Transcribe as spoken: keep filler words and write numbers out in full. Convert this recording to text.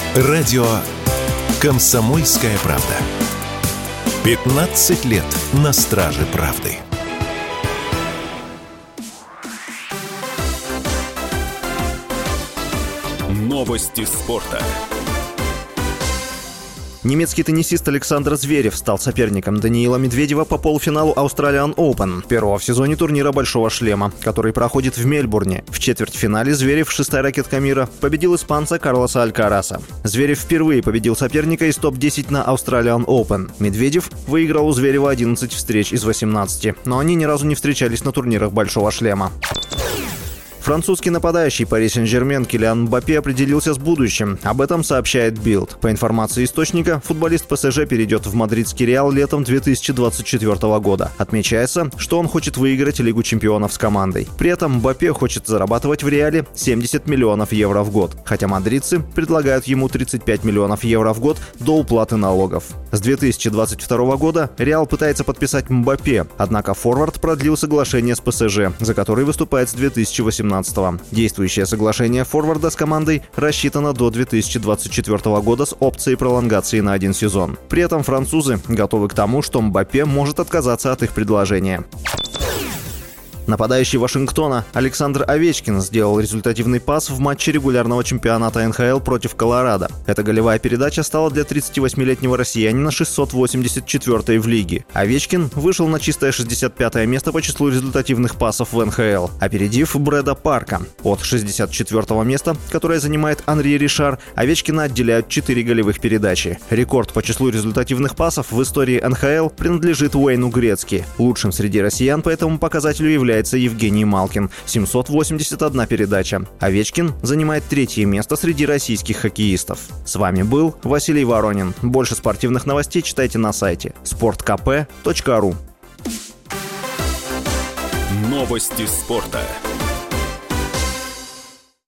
Радио «Комсомольская правда». пятнадцать лет на страже правды. Новости спорта. Немецкий теннисист Александр Зверев стал соперником Даниила Медведева по полуфиналу Australian Open, первого в сезоне турнира «Большого шлема», который проходит в Мельбурне. В четвертьфинале Зверев, шестая ракетка мира, победил испанца Карлоса Алькараса. Зверев впервые победил соперника из топ десять на Australian Open. Медведев выиграл у Зверева одиннадцать встреч из восемнадцати, но они ни разу не встречались на турнирах «Большого шлема». Французский нападающий Пари Сен-Жермен Килиан Мбаппе определился с будущим. Об этом сообщает Билд. По информации источника, футболист ПСЖ перейдет в мадридский Реал летом две тысячи двадцать четвёртого года. Отмечается, что он хочет выиграть Лигу чемпионов с командой. При этом Мбаппе хочет зарабатывать в Реале семьдесят миллионов евро в год, хотя мадридцы предлагают ему тридцать пять миллионов евро в год до уплаты налогов. С две тысячи двадцать второго года Реал пытается подписать Мбаппе, однако форвард продлил соглашение с ПСЖ, за который выступает с две тысячи восемнадцатого. Действующее соглашение форварда с командой рассчитано до две тысячи двадцать четвёртого года с опцией пролонгации на один сезон. При этом французы готовы к тому, что Мбаппе может отказаться от их предложения. Нападающий Вашингтона Александр Овечкин сделал результативный пас в матче регулярного чемпионата эн ха эл против Колорадо. Эта голевая передача стала для тридцативосьмилетнего россиянина шестьсот восемьдесят четвёртой в лиге. Овечкин вышел на чистое шестьдесят пятое место по числу результативных пасов в эн ха эл, опередив Брэда Парка. От шестьдесят четвёртого места, которое занимает Анри Ришар, Овечкина отделяют четыре голевых передачи. Рекорд по числу результативных пасов в истории эн ха эл принадлежит Уэйну Грецки. Лучшим среди россиян по этому показателю является Евгений Малкин – семьсот восемьдесят одна передача. Овечкин занимает третье место среди российских хоккеистов. С вами был Василий Воронин. Больше спортивных новостей читайте на сайте спорт ка пэ точка ру. Новости спорта.